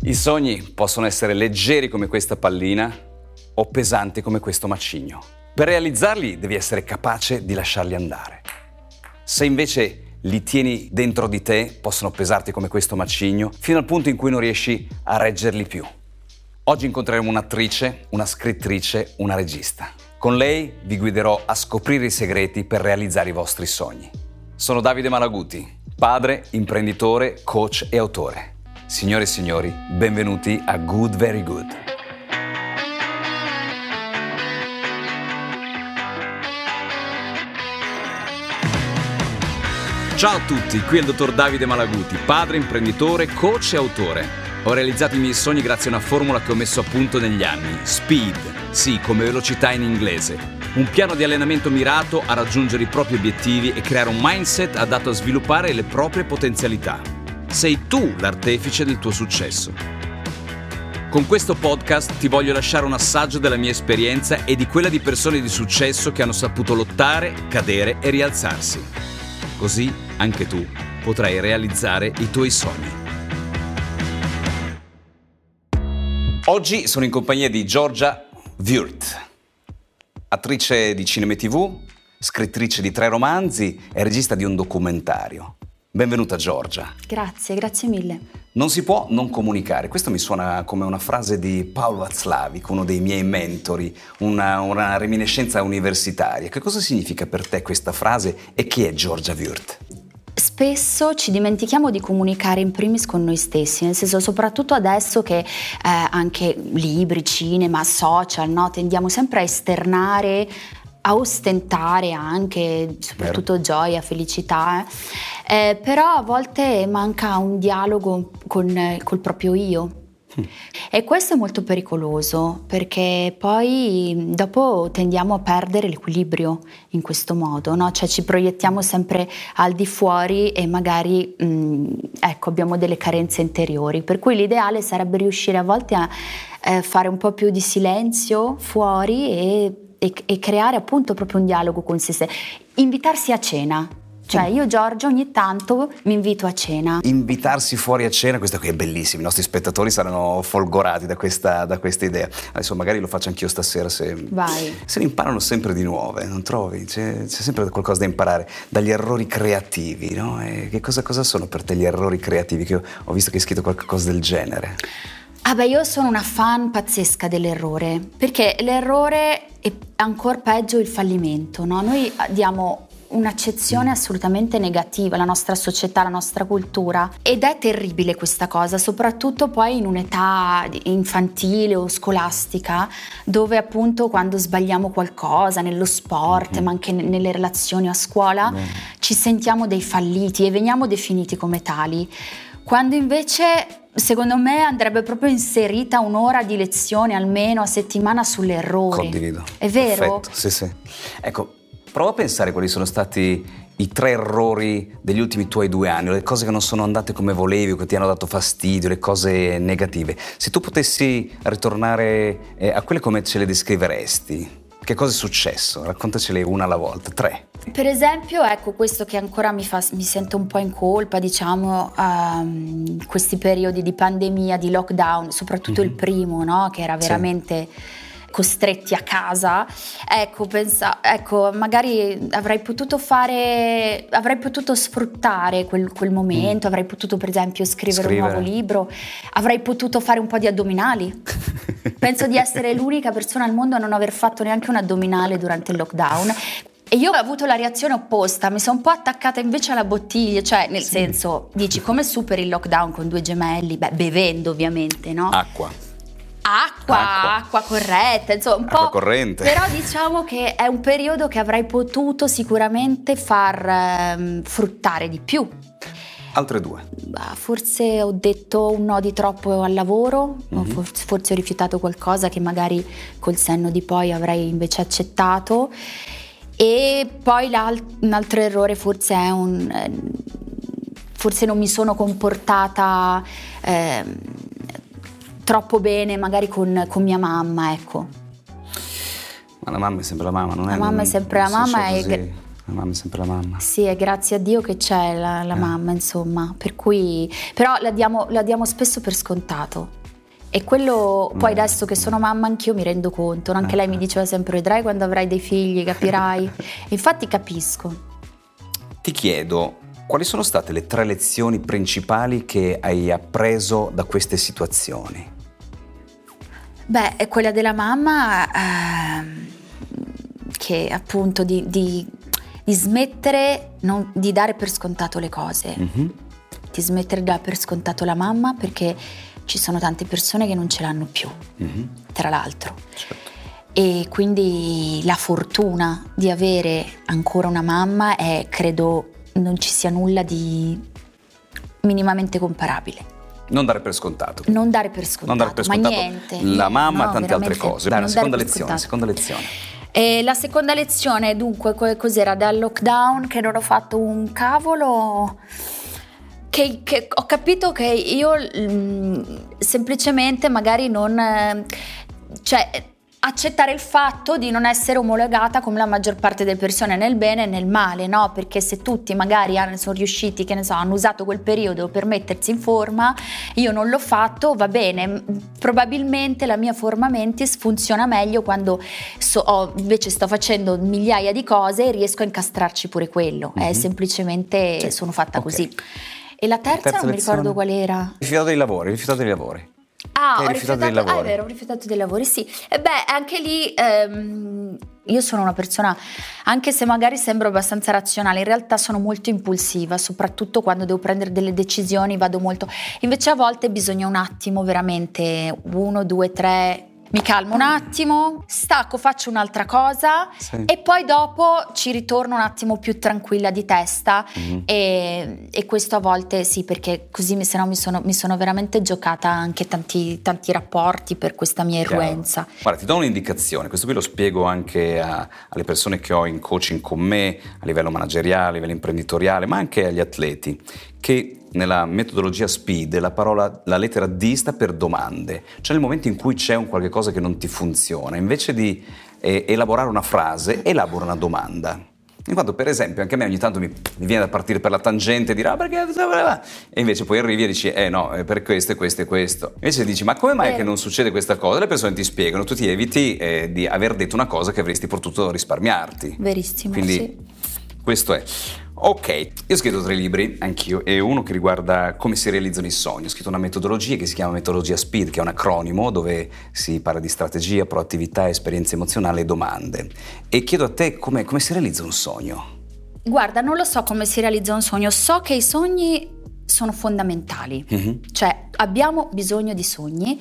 I sogni possono essere leggeri come questa pallina o pesanti come questo macigno. Per realizzarli devi essere capace di lasciarli andare. Se invece li tieni dentro di te, possono pesarti come questo macigno fino al punto in cui non riesci a reggerli più. Oggi incontreremo un'attrice, una scrittrice, una regista. Con lei vi guiderò a scoprire i segreti per realizzare i vostri sogni. Sono Davide Malaguti, padre, imprenditore, coach e autore. Signore e signori, benvenuti a Good Very Good. Ciao a tutti, qui è il dottor Davide Malaguti, padre, imprenditore, coach e autore. Ho realizzato i miei sogni grazie a una formula che ho messo a punto negli anni. Speed, sì, come velocità in inglese. Un piano di allenamento mirato a raggiungere i propri obiettivi e creare un mindset adatto a sviluppare le proprie potenzialità. Sei tu l'artefice del tuo successo. Con questo podcast ti voglio lasciare un assaggio della mia esperienza e di quella di persone di successo che hanno saputo lottare, cadere e rialzarsi. Così anche tu potrai realizzare i tuoi sogni. Oggi sono in compagnia di Georgia Würth, attrice di cinema e TV, scrittrice di 3 romanzi e regista di un documentario. Benvenuta Georgia. Grazie mille. Non si può non comunicare. Questo mi suona come una frase di Paolo Václavic, uno dei miei mentori, una reminiscenza universitaria. Che cosa significa per te questa frase e chi è Georgia Würth? Spesso ci dimentichiamo di comunicare in primis con noi stessi, nel senso soprattutto adesso che anche libri, cinema, social, no, tendiamo sempre a esternare, a ostentare anche, soprattutto gioia, felicità, però a volte manca un dialogo col proprio io. E questo è molto pericoloso perché poi dopo tendiamo a perdere l'equilibrio in questo modo, no? Cioè ci proiettiamo sempre al di fuori e magari abbiamo delle carenze interiori, per cui l'ideale sarebbe riuscire a volte a fare un po' più di silenzio fuori e creare appunto proprio un dialogo con se stessi, invitarsi a cena. Cioè io Giorgio ogni tanto mi invito a cena. Invitarsi fuori a cena, questo qui è bellissimo, i nostri spettatori saranno folgorati da questa idea. Adesso magari lo faccio anch'io stasera se ne imparano sempre di nuove, non trovi? C'è sempre qualcosa da imparare dagli errori creativi, no? E che cosa sono per te gli errori creativi? Che ho visto che hai scritto qualcosa del genere. Io sono una fan pazzesca dell'errore, perché l'errore è ancora peggio il fallimento, no? Noi diamo un'accezione assolutamente negativa alla nostra società, alla nostra cultura, ed è terribile questa cosa, soprattutto poi in un'età infantile o scolastica, dove appunto quando sbagliamo qualcosa nello sport, ma anche nelle relazioni a scuola, ci sentiamo dei falliti e veniamo definiti come tali, quando invece secondo me andrebbe proprio inserita un'ora di lezione almeno a settimana sull'errore. Condivido. È vero? Perfetto, sì. Ecco, prova a pensare quali sono stati i 3 errori degli ultimi tuoi 2 anni, le cose che non sono andate come volevi, che ti hanno dato fastidio, le cose negative. Se tu potessi ritornare a quelle, come ce le descriveresti? Che cosa è successo? Raccontacele una alla volta, 3. Per esempio, questo che ancora mi sento un po' in colpa, diciamo, questi periodi di pandemia, di lockdown, soprattutto il primo, no? Che era veramente costretti a casa. Magari avrei potuto sfruttare quel momento, avrei potuto per esempio scrivere un nuovo libro, avrei potuto fare un po' di addominali. Penso di essere l'unica persona al mondo a non aver fatto neanche un addominale durante il lockdown. E io ho avuto la reazione opposta, mi sono un po' attaccata invece alla bottiglia, cioè nel senso, dici come superi il lockdown con 2 gemelli? Bevendo ovviamente, no? Acqua corretta, insomma un po' corrente. Però diciamo che è un periodo che avrei potuto sicuramente far fruttare di più. Altre 2. Forse ho detto un no di troppo al lavoro, forse ho rifiutato qualcosa che magari col senno di poi avrei invece accettato. E poi un altro errore forse è forse non mi sono comportata troppo bene magari con mia mamma, ecco. Ma la mamma è sempre la mamma, non è? La mamma è sempre la mamma La mamma è sempre la mamma. Sì, è grazie a Dio che c'è la mamma, insomma, per cui però la diamo spesso per scontato. E quello, poi adesso che sono mamma anch'io mi rendo conto, anche lei mi diceva sempre: vedrai quando avrai dei figli, capirai. Infatti capisco. Ti chiedo, quali sono state le 3 lezioni principali che hai appreso da queste situazioni? Beh, è quella della mamma, che appunto di smettere di dare per scontato le cose, di smettere di dare per scontato la mamma, perché ci sono tante persone che non ce l'hanno più, tra l'altro. Certo. E quindi la fortuna di avere ancora una mamma credo non ci sia nulla di minimamente comparabile. Non dare per scontato. Non dare per scontato, ma niente. La mamma no, e tante altre cose. Dai, la seconda lezione. La seconda lezione, dunque, cos'era? Dal lockdown che non ho fatto un cavolo, che ho capito che io semplicemente magari non... cioè accettare il fatto di non essere omologata come la maggior parte delle persone, nel bene e nel male, no? Perché se tutti magari sono riusciti, che ne so, hanno usato quel periodo per mettersi in forma, io non l'ho fatto, va bene, probabilmente la mia forma mentis funziona meglio quando invece sto facendo migliaia di cose e riesco a incastrarci pure quello, semplicemente sono fatta così. E la terza non mi ricordo qual era. Rifiutato dei lavori. Ho rifiutato dei lavori, sì. E beh, anche lì io sono una persona, anche se magari sembro abbastanza razionale, in realtà sono molto impulsiva, soprattutto quando devo prendere delle decisioni, vado molto... Invece a volte bisogna un attimo, veramente 1, 2, 3... Mi calmo un attimo, stacco, faccio un'altra cosa e poi dopo ci ritorno un attimo più tranquilla di testa e questo a volte sì, perché così se no mi sono veramente giocata anche tanti rapporti per questa mia irruenza. Guarda, ti do un'indicazione, questo qui lo spiego anche alle persone che ho in coaching con me, a livello manageriale, a livello imprenditoriale, ma anche agli atleti, che nella metodologia SPEED la lettera D sta per domande, cioè nel momento in cui c'è un qualche cosa che non ti funziona, invece di elaborare una frase, elabora una domanda. In quanto, per esempio, anche a me ogni tanto mi viene da partire per la tangente e dire perché... E invece poi arrivi e dici no, per questo e questo e questo. Invece dici ma come mai che non succede questa cosa? Le persone ti spiegano, tu ti eviti di aver detto una cosa che avresti potuto risparmiarti. Verissimo, quindi, sì. Questo è. Ok, io ho scritto 3 libri, anch'io, e uno che riguarda come si realizzano i sogni. Ho scritto una metodologia che si chiama metodologia SPEED, che è un acronimo dove si parla di strategia, proattività, esperienza emozionale e domande. E chiedo a te come si realizza un sogno? Guarda, non lo so come si realizza un sogno, so che i sogni sono fondamentali, cioè abbiamo bisogno di sogni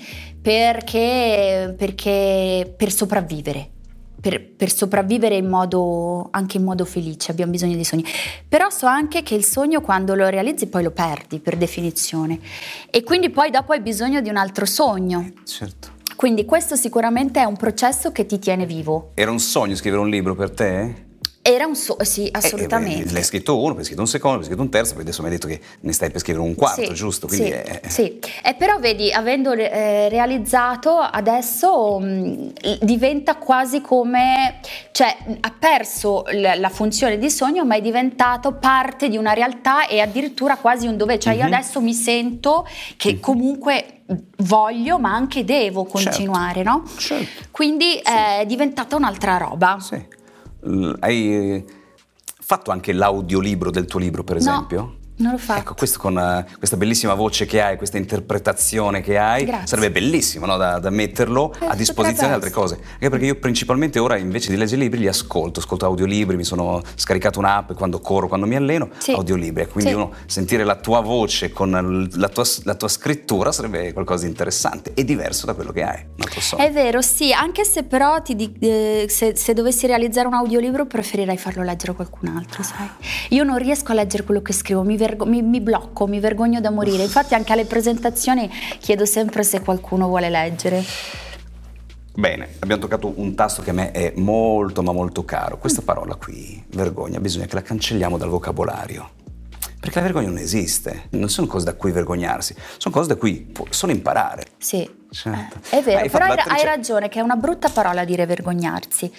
perché per sopravvivere. Per sopravvivere anche in modo felice abbiamo bisogno di sogni, però so anche che il sogno quando lo realizzi poi lo perdi per definizione e quindi poi dopo hai bisogno di un altro sogno. Certo. Quindi questo sicuramente è un processo che ti tiene vivo. Era un sogno scrivere un libro per te? Era sì, assolutamente. L'hai scritto uno, poi hai scritto un secondo, poi hai scritto un terzo, poi adesso mi hai detto che ne stai per scrivere un quarto, sì, giusto? Quindi sì. Però vedi, avendo realizzato adesso diventa quasi come, cioè ha perso la funzione di sogno, ma è diventato parte di una realtà e addirittura quasi un dovere. Cioè io adesso mi sento che comunque voglio, ma anche devo continuare, no? Certo. Quindi è diventata un'altra roba. Sì. Hai fatto anche l'audiolibro del tuo libro, per esempio? Non l'ho fatto. Ecco, questo con questa bellissima voce che hai, questa interpretazione che hai, Grazie. sarebbe bellissimo, no? da metterlo a disposizione di altre cose. Anche perché io principalmente ora, invece di leggere libri, li ascolto audiolibri, mi sono scaricato un'app quando corro, quando mi alleno, audiolibri. Quindi sentire la tua voce con la tua scrittura sarebbe qualcosa di interessante e diverso da quello che hai, un altro sogno. È vero, sì, anche se però se dovessi realizzare un audiolibro preferirei farlo leggere a qualcun altro, sai? Io non riesco a leggere quello che scrivo, mi blocco, mi vergogno da morire. Infatti anche alle presentazioni chiedo sempre se qualcuno vuole leggere. Bene, abbiamo toccato un tasto che a me è molto ma molto caro. Questa parola qui, vergogna, bisogna che la cancelliamo dal vocabolario. Perché la vergogna non esiste, non sono cose da cui vergognarsi, sono cose da cui puoi solo imparare. Sì, certo. È vero, però hai ragione che è una brutta parola dire vergognarsi.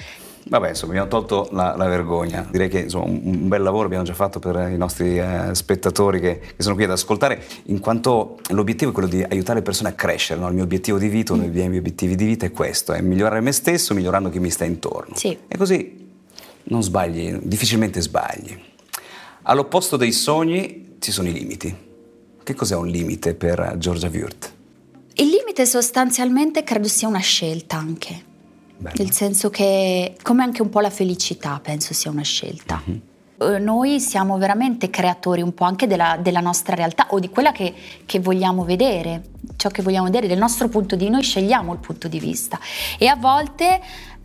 Vabbè, insomma, abbiamo tolto la vergogna. Direi che insomma, un bel lavoro abbiamo già fatto per i nostri spettatori che sono qui ad ascoltare, in quanto l'obiettivo è quello di aiutare le persone a crescere, no? Il mio obiettivo di vita, uno dei miei obiettivi di vita è questo, è migliorare me stesso, migliorando chi mi sta intorno. Sì. E così non sbagli, difficilmente sbagli. All'opposto dei sogni ci sono i limiti. Che cos'è un limite per Giorgia Würth? Il limite sostanzialmente credo sia una scelta anche. Bello. Nel senso che, come anche un po' la felicità, penso sia una scelta. Noi siamo veramente creatori un po' anche della nostra realtà o di quella che vogliamo vedere, ciò che vogliamo vedere, del nostro punto di vista. Noi scegliamo il punto di vista e a volte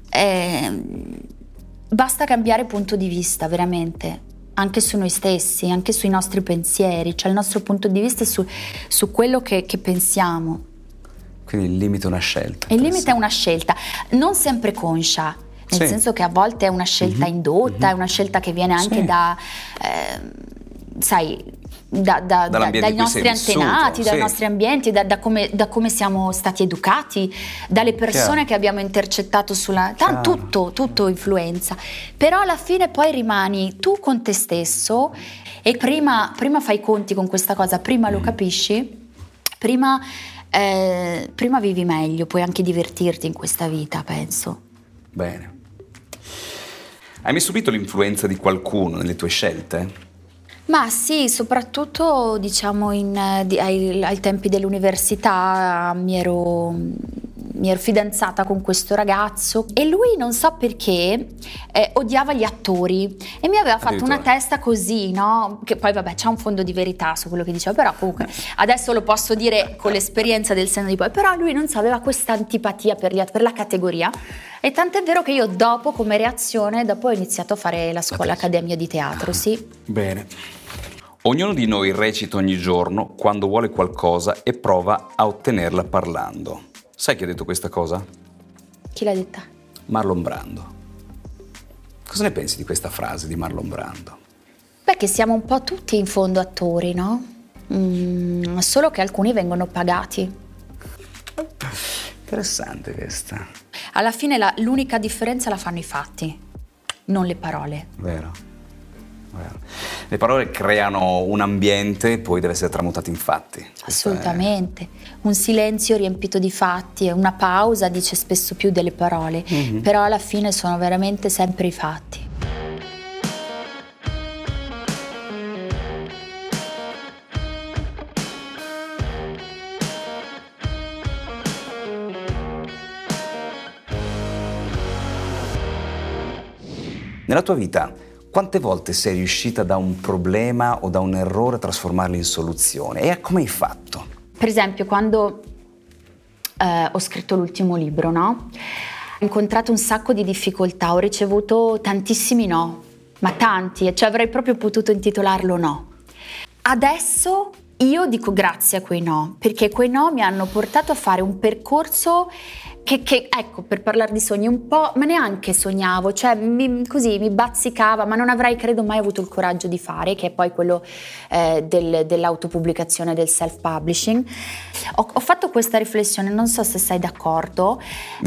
basta cambiare punto di vista, veramente, anche su noi stessi, anche sui nostri pensieri, cioè il nostro punto di vista su quello che pensiamo. Quindi il limite è una scelta. Il limite è una scelta, non sempre conscia, nel senso che a volte è una scelta indotta, è una scelta che viene anche dai nostri antenati, dai nostri ambienti, da come siamo stati educati, dalle persone che abbiamo intercettato tutto influenza. Però alla fine poi rimani tu con te stesso e prima fai i conti con questa cosa, prima lo capisci, prima vivi meglio, puoi anche divertirti in questa vita, penso. Bene. Hai mai subito l'influenza di qualcuno nelle tue scelte? Ma sì, soprattutto diciamo ai tempi dell'università mi ero fidanzata con questo ragazzo e lui non so perché odiava gli attori e mi aveva fatto una testa così, no? Che poi vabbè c'è un fondo di verità su quello che diceva, però comunque adesso lo posso dire con l'esperienza del senno di poi, però lui non so, aveva questa antipatia per la categoria e tant'è vero che io dopo come reazione ho iniziato a fare la scuola accademia di teatro, sì. Bene. Ognuno di noi recita ogni giorno quando vuole qualcosa e prova a ottenerla parlando. Sai chi ha detto questa cosa? Chi l'ha detta? Marlon Brando. Cosa ne pensi di questa frase di Marlon Brando? Beh, che siamo un po' tutti in fondo attori, no? Solo che alcuni vengono pagati. Interessante questa. Alla fine l'unica differenza la fanno i fatti, non le parole. Vero. Le parole creano un ambiente e poi deve essere tramutato in fatti. Assolutamente. Un silenzio riempito di fatti e una pausa dice spesso più delle parole, però alla fine sono veramente sempre i fatti. Nella tua vita, quante volte sei riuscita da un problema o da un errore a trasformarlo in soluzione? E come hai fatto? Per esempio, quando ho scritto l'ultimo libro, no? Ho incontrato un sacco di difficoltà, ho ricevuto tantissimi no, ma tanti, cioè avrei proprio potuto intitolarlo no. Adesso io dico grazie a quei no, perché quei no mi hanno portato a fare un percorso che ecco, per parlare di sogni un po', ma neanche sognavo, cioè così mi bazzicava, ma non avrei credo mai avuto il coraggio di fare, che è poi quello dell'autopubblicazione, del self-publishing. Ho fatto questa riflessione, non so se sei d'accordo,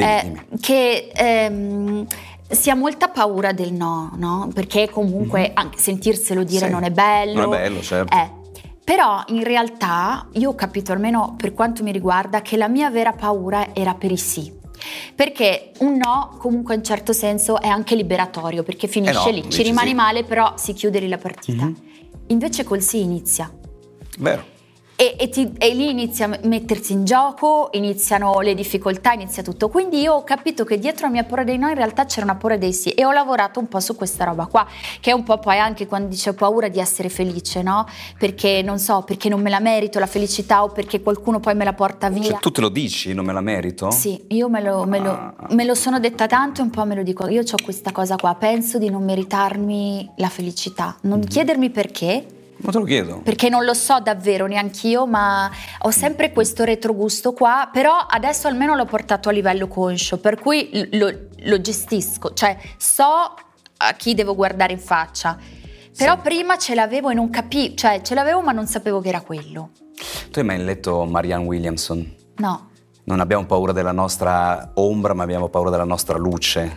che si ha molta paura del no, no? Perché comunque anche sentirselo dire non è bello. Non è bello, certo. Però in realtà io ho capito, almeno per quanto mi riguarda, che la mia vera paura era per i sì. Perché un no comunque in un certo senso è anche liberatorio, perché finisce lì, ci rimani male, però si chiude lì la partita. Invece col sì inizia. Vero. E lì inizia a mettersi in gioco, iniziano le difficoltà, inizia tutto. Quindi io ho capito che dietro la mia paura dei no in realtà c'era una paura dei sì e ho lavorato un po' su questa roba qua, che è un po' poi anche quando dice paura di essere felice, no? Perché non so, perché non me la merito la felicità o perché qualcuno poi me la porta via. Cioè tu te lo dici, non me la merito? Sì, io me lo sono detta tanto e un po' me lo dico. Io ho questa cosa qua, penso di non meritarmi la felicità. Non chiedermi perché. Ma te lo chiedo. Perché non lo so davvero neanch'io, ma ho sempre questo retrogusto qua, però adesso almeno l'ho portato a livello conscio, per cui lo gestisco, cioè so a chi devo guardare in faccia. Però prima ce l'avevo e non capivo, cioè ce l'avevo ma non sapevo che era quello. Tu hai mai letto Marianne Williamson? No. Non abbiamo paura della nostra ombra, ma abbiamo paura della nostra luce.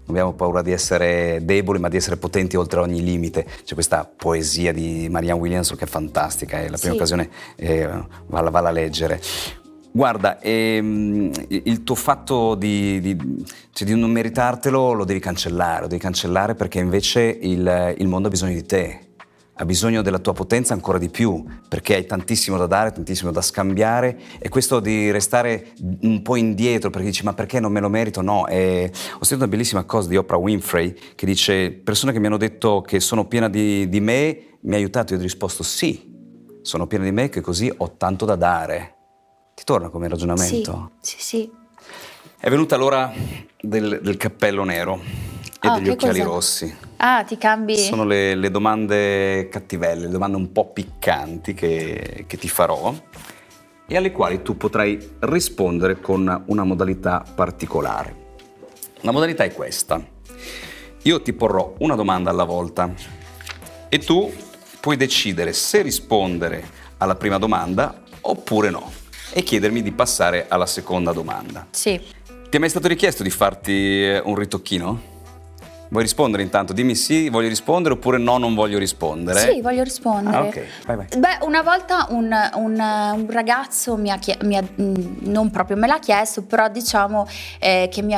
abbiamo paura di essere deboli, ma di essere potenti oltre ogni limite. C'è questa poesia di Marianne Williamson che è fantastica, e la prima occasione valla a leggere. Guarda, il tuo fatto di non meritartelo lo devi cancellare perché invece il mondo ha bisogno di te. Ha bisogno della tua potenza ancora di più, perché hai tantissimo da dare, tantissimo da scambiare, e questo di restare un po' indietro perché dici ma perché non me lo merito? No, ho sentito una bellissima cosa di Oprah Winfrey che dice: persone che mi hanno detto che sono piena di me, mi ha aiutato, io ho risposto sì, sono piena di me che così ho tanto da dare. Ti torna come ragionamento? Sì. È venuta l'ora del cappello nero e degli occhiali rossi. Ah, ti cambi? Sono le domande cattivelle, le domande un po' piccanti che ti farò e alle quali tu potrai rispondere con una modalità particolare. La modalità è questa: io ti porrò una domanda alla volta e tu puoi decidere se rispondere alla prima domanda oppure no e chiedermi di passare alla seconda domanda. Sì. Ti è mai stato richiesto di farti un ritocchino? Vuoi rispondere intanto? Dimmi sì, voglio rispondere, oppure no, non voglio rispondere. Sì, voglio rispondere. Ah, ok, vai. Beh, una volta un ragazzo non proprio me l'ha chiesto, però diciamo che mi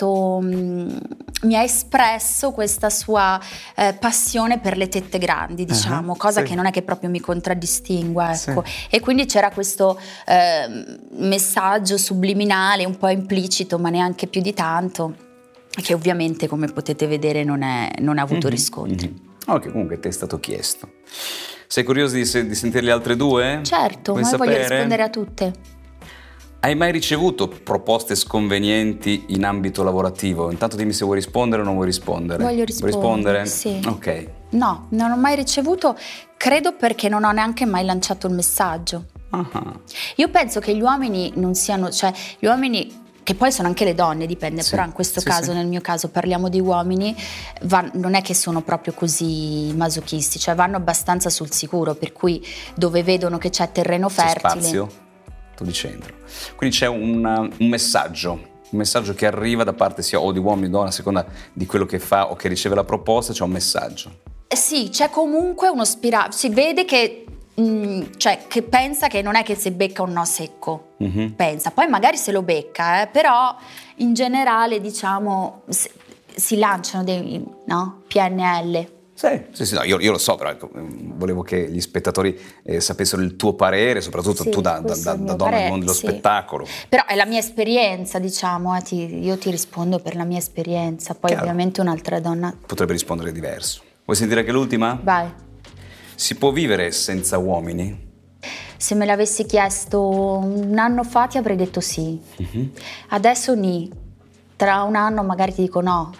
ha espresso questa sua passione per le tette grandi, diciamo, cosa che non è che proprio mi contraddistingua, ecco. Sì. E quindi c'era questo messaggio subliminale, un po' implicito, ma neanche più di tanto, che ovviamente, come potete vedere, non ha avuto riscontri. Ok, comunque ti è stato chiesto. Sei curioso di sentire le altre due? Certo, ma voglio rispondere a tutte. Hai mai ricevuto proposte sconvenienti in ambito lavorativo? Intanto dimmi se vuoi rispondere o non vuoi rispondere. Voglio rispondere. Sì. Ok. No, non ho mai ricevuto, credo perché non ho neanche mai lanciato il messaggio. Uh-huh. Io penso che gli uomini non siano, cioè gli uomini, che poi sono anche le donne, dipende, però in questo caso, nel mio caso parliamo di uomini, non è che sono proprio così masochisti, cioè vanno abbastanza sul sicuro, per cui dove vedono che c'è terreno fertile. Spazio, sto dicendo. Quindi c'è un messaggio che arriva da parte sia o di uomini o di donne, a seconda di quello che fa o che riceve la proposta, c'è un messaggio. Sì, c'è comunque uno spiraglio, si vede che cioè che pensa che non è che se becca un no secco, pensa, poi magari se lo becca, però in generale diciamo si lanciano dei PNL. Sì, no, io lo so, però ecco, volevo che gli spettatori sapessero il tuo parere, soprattutto tu da donna nel mondo dello spettacolo. Però è la mia esperienza, diciamo, io ti rispondo per la mia esperienza, poi chiaro. Ovviamente un'altra donna potrebbe rispondere diverso. Vuoi sentire anche l'ultima? Vai. Si può vivere senza uomini? Se me l'avessi chiesto un anno fa ti avrei detto sì. Adesso tra un anno magari ti dico no.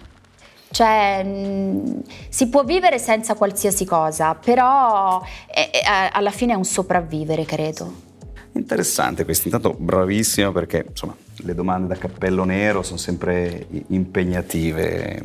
Cioè si può vivere senza qualsiasi cosa, però alla fine è un sopravvivere, credo. Interessante questo, intanto bravissima, perché insomma le domande da cappello nero sono sempre impegnative.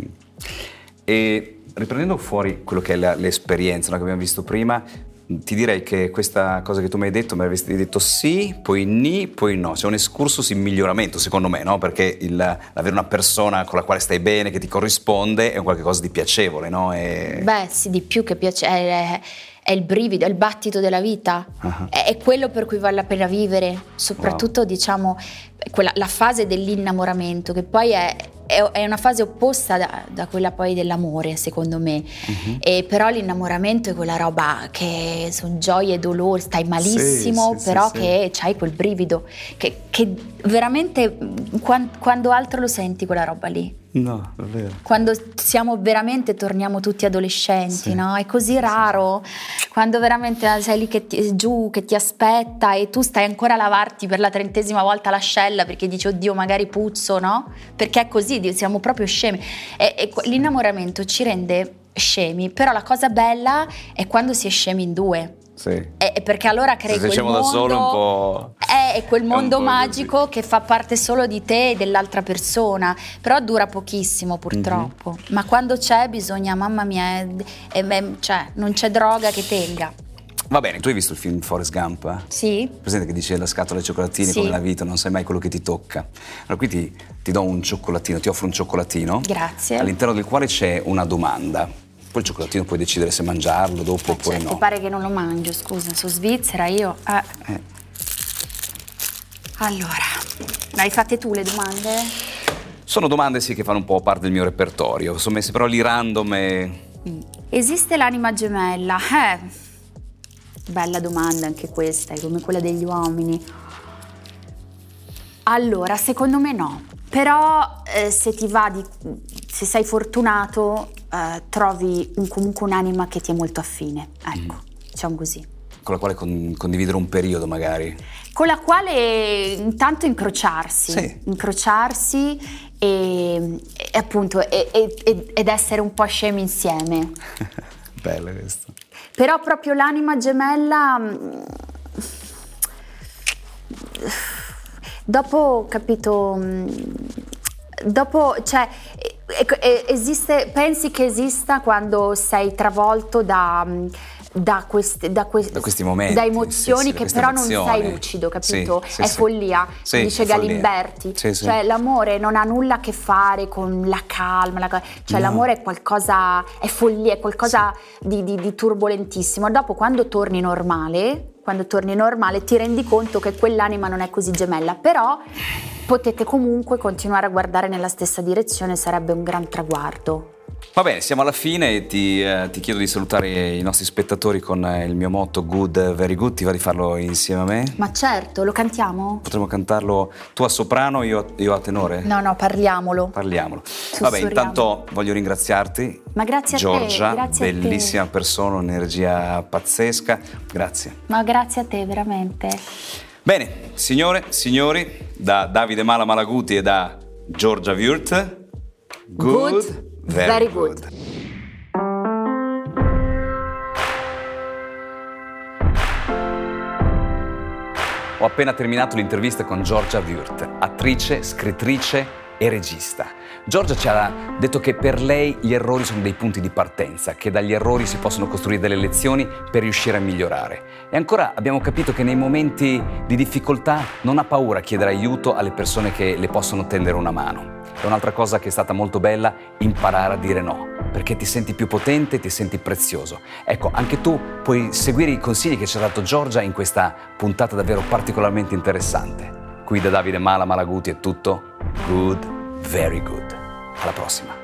E riprendendo fuori quello che è l'esperienza che abbiamo visto prima, ti direi che questa cosa che tu mi hai detto, mi avresti detto sì, poi ni, poi no. C'è un excursus in miglioramento, secondo me, no? Perché avere una persona con la quale stai bene, che ti corrisponde, è un qualche cosa di piacevole, no? Beh, sì, di più che piacevole. È il brivido, è il battito della vita, è quello per cui vale la pena vivere, soprattutto diciamo la fase dell'innamoramento, che poi è una fase opposta da quella poi dell'amore, secondo me. E però l'innamoramento è quella roba che sono gioie e dolori, stai malissimo, però che c'hai quel brivido che veramente quando altro lo senti quella roba lì? No, è vero. Quando torniamo tutti adolescenti, no? È così raro, quando veramente sei lì che ti aspetta e tu stai ancora a lavarti per la 30ª volta l'ascella perché dici oddio magari puzzo, no? Perché è così, siamo proprio scemi e l'innamoramento ci rende scemi, però la cosa bella è quando si è scemi in due. Sì. Perché allora crei quel mondo, da solo un po', è quel mondo magico così, che fa parte solo di te e dell'altra persona, però dura pochissimo purtroppo. Ma quando c'è bisogna, mamma mia, cioè non c'è droga che tenga. Va bene, tu hai visto il film Forrest Gump? Sì. Presente che dice la scatola dei cioccolatini Sì. come la vita, non sai mai quello che ti tocca. Allora qui ti do un cioccolatino, ti offro un cioccolatino. Grazie. All'interno del quale c'è una domanda. Poi il cioccolatino puoi decidere se mangiarlo dopo oppure certo, no. Ti pare che non lo mangio, scusa, sono svizzera io. Allora, hai fatte tu le domande? Sono domande sì che fanno un po' parte del mio repertorio, sono messe però lì random e... Esiste l'anima gemella? Bella domanda anche questa, è come quella degli uomini. Allora, secondo me no, però se se sei fortunato trovi comunque un'anima che ti è molto affine, ecco, diciamo così. Con la quale condividere un periodo magari. Con la quale intanto incrociarsi e appunto ed essere un po' scemi insieme. Bello questo. Però proprio l'anima gemella, dopo, capito, cioè, esiste, pensi che esista quando sei travolto da questi momenti, da emozioni, sì, che però non emozioni. sei lucido, capito? Sì, è sì. follia, Sì, dice è follia. Galimberti. Sì, sì. Cioè l'amore non ha nulla a che fare con la calma, cioè No. l'amore è qualcosa, è follia, è qualcosa di turbolentissimo. Dopo quando torni normale ti rendi conto che quell'anima non è così gemella, però potete comunque continuare a guardare nella stessa direzione, sarebbe un gran traguardo. Va bene, siamo alla fine e ti chiedo di salutare i nostri spettatori con il mio motto Good, Very Good. Ti va di farlo insieme a me? Ma certo, lo cantiamo? Potremmo cantarlo tu a soprano, io a tenore? No, parliamolo. Parliamolo. Vabbè, Sussurriamo. intanto voglio ringraziarti. Ma grazie a te, Giorgia, grazie a te. bellissima persona, un'energia pazzesca. Grazie. Ma grazie a te, veramente. Bene, signore, signori, da Davide Mala Malaguti e da Giorgia Würth, good, very good. Ho appena terminato l'intervista con Giorgia Würth, attrice, scrittrice e regista. Giorgia ci ha detto che per lei gli errori sono dei punti di partenza, che dagli errori si possono costruire delle lezioni per riuscire a migliorare. E ancora abbiamo capito che nei momenti di difficoltà non ha paura a chiedere aiuto alle persone che le possono tendere una mano. E un'altra cosa che è stata molto bella, imparare a dire no, perché ti senti più potente, ti senti prezioso. Ecco, anche tu puoi seguire i consigli che ci ha dato Giorgia in questa puntata davvero particolarmente interessante. Qui da Davide Mala Malaguti è tutto. Good, very good. Alla prossima.